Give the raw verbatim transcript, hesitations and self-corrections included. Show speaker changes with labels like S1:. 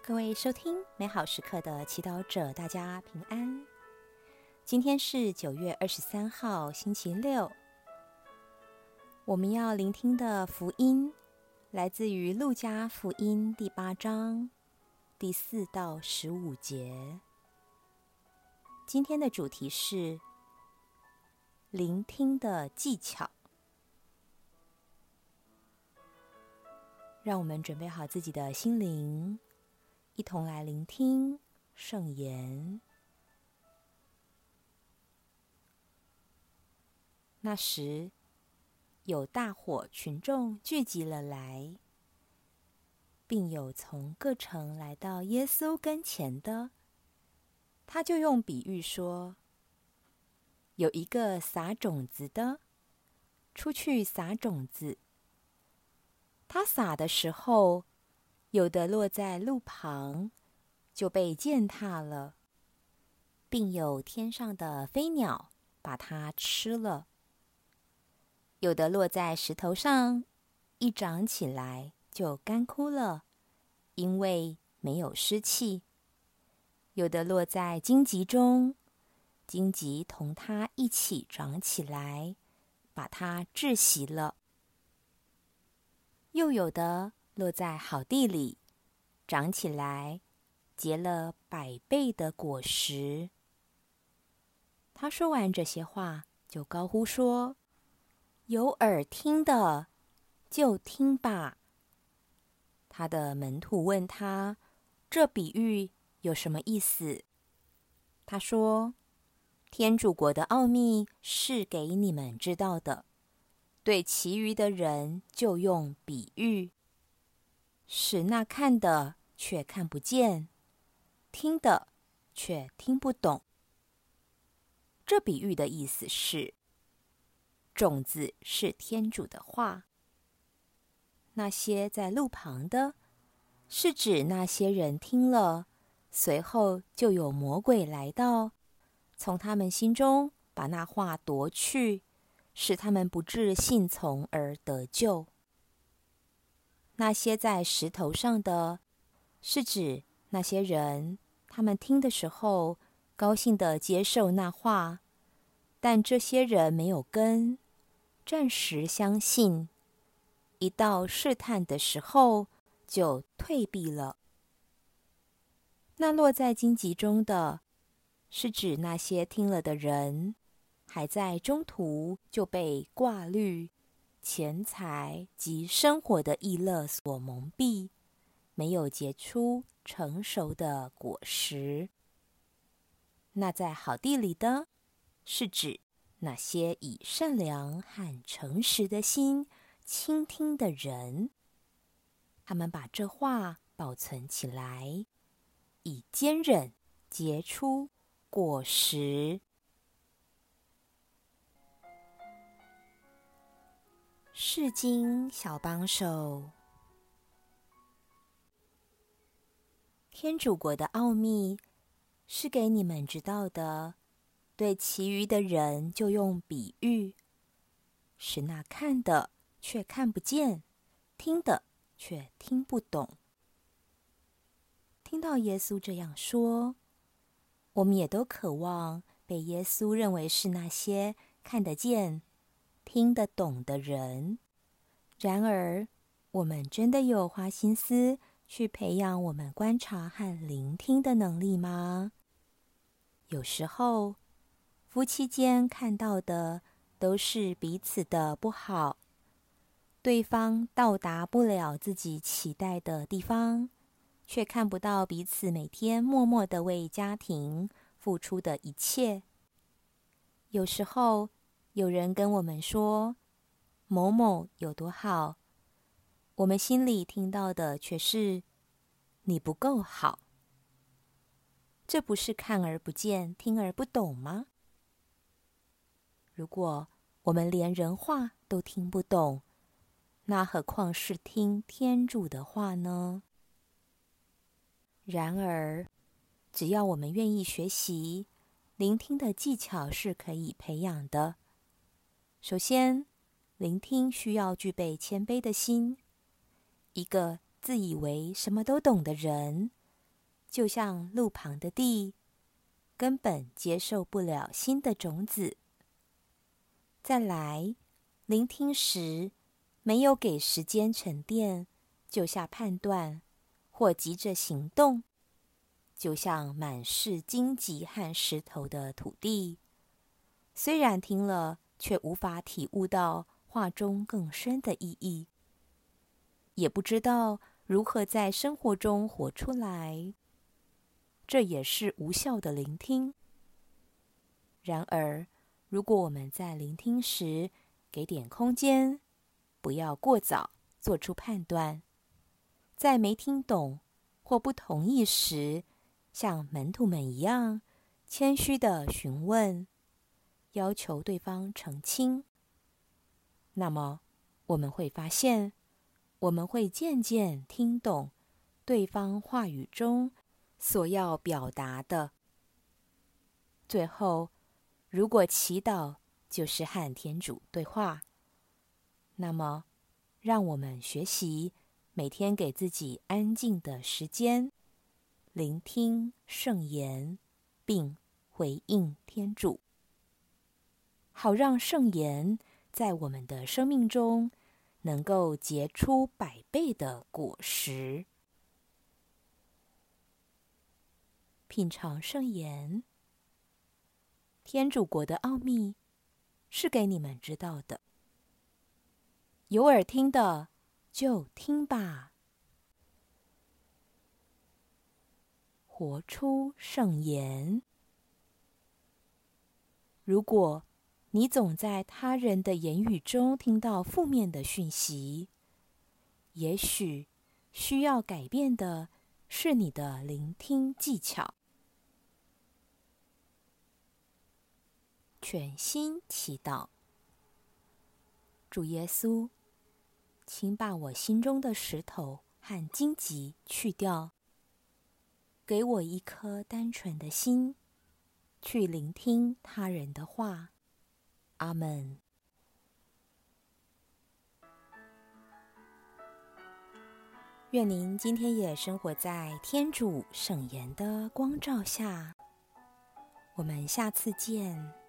S1: 各位收听美好时刻的祈祷者，大家平安。今天是九月二十三号，星期六。我们要聆听的福音来自于路加福音第八章第四到十五节。今天的主题是聆听的技巧。让我们准备好自己的心灵，一同来聆听圣言。那时，有大伙群众聚集了来，并有从各城来到耶稣跟前的，他就用比喻说：有一个撒种子的，出去撒种子。他撒的时候，有的落在路旁，就被践踏了，并有天上的飞鸟把它吃了。有的落在石头上，一长起来就干枯了，因为没有湿气。有的落在荆棘中，荆棘同它一起长起来，把它窒息了。又有的落在好地里，长起来，结了百倍的果实。他说完这些话，就高呼说：有耳听的，就听吧。他的门徒问他，这比喻有什么意思？他说：天主国的奥秘是给你们知道的，对其余的人就用比喻，使那看的却看不见，听的却听不懂。这比喻的意思是，种子是天主的话，那些在路旁的，是指那些人听了，随后就有魔鬼来到，从他们心中把那话夺去，使他们不致信从而得救。那些在石头上的，是指那些人，他们听的时候高兴地接受那话，但这些人没有根，暂时相信，一到试探的时候就退避了。那落在荆棘中的，是指那些听了的人，还在中途就被挂虑、钱财及生活的逸乐所蒙蔽，没有结出成熟的果实。那在好地里的，是指那些以善良和诚实的心倾听的人，他们把这话保存起来，以坚忍结出果实。释经小帮手。天主国的奥秘是给你们知道的，对其余的人就用比喻，使那看的却看不见，听的却听不懂。听到耶稣这样说，我们也都渴望被耶稣认为是那些看得见、听得懂的人。然而，我们真的有花心思去培养我们观察和聆听的能力吗？有时候，夫妻间看到的都是彼此的不好，对方到达不了自己期待的地方，却看不到彼此每天默默地为家庭付出的一切。有时候，有人跟我们说某某有多好，我们心里听到的却是你不够好。这不是看而不见，听而不懂吗？如果我们连人话都听不懂，那何况是听天主的话呢？然而，只要我们愿意学习，聆听的技巧是可以培养的。首先，聆听需要具备谦卑的心。一个自以为什么都懂的人， 就像路旁的地，根本接受不了新的种子。再来，聆听时没有给时间沉淀，就下判断或急着行动，就像满是荆棘和石头的土地，虽然听了，却无法体悟到话中更深的意义，也不知道如何在生活中活出来，这也是无效的聆听。然而，如果我们在聆听时给点空间，不要过早做出判断，在没听懂或不同意时，像门徒们一样谦虚地询问，要求对方澄清，那么我们会发现，我们会渐渐听懂对方话语中所要表达的。最后，如果祈祷就是和天主对话，那么让我们学习每天给自己安静的时间，聆听圣言，并回应天主，好让圣言在我们的生命中能够结出百倍的果实。品尝圣言，天主国的奥秘是给你们知道的，有耳听的就听吧。活出圣言。如果你总在他人的言语中听到负面的讯息，也许需要改变的是你的聆听技巧。全心祈祷，主耶稣，请把我心中的石头和荆棘去掉，给我一颗单纯的心，去聆听他人的话。阿们。愿您今天也生活在天主圣言的光照下。我们下次见。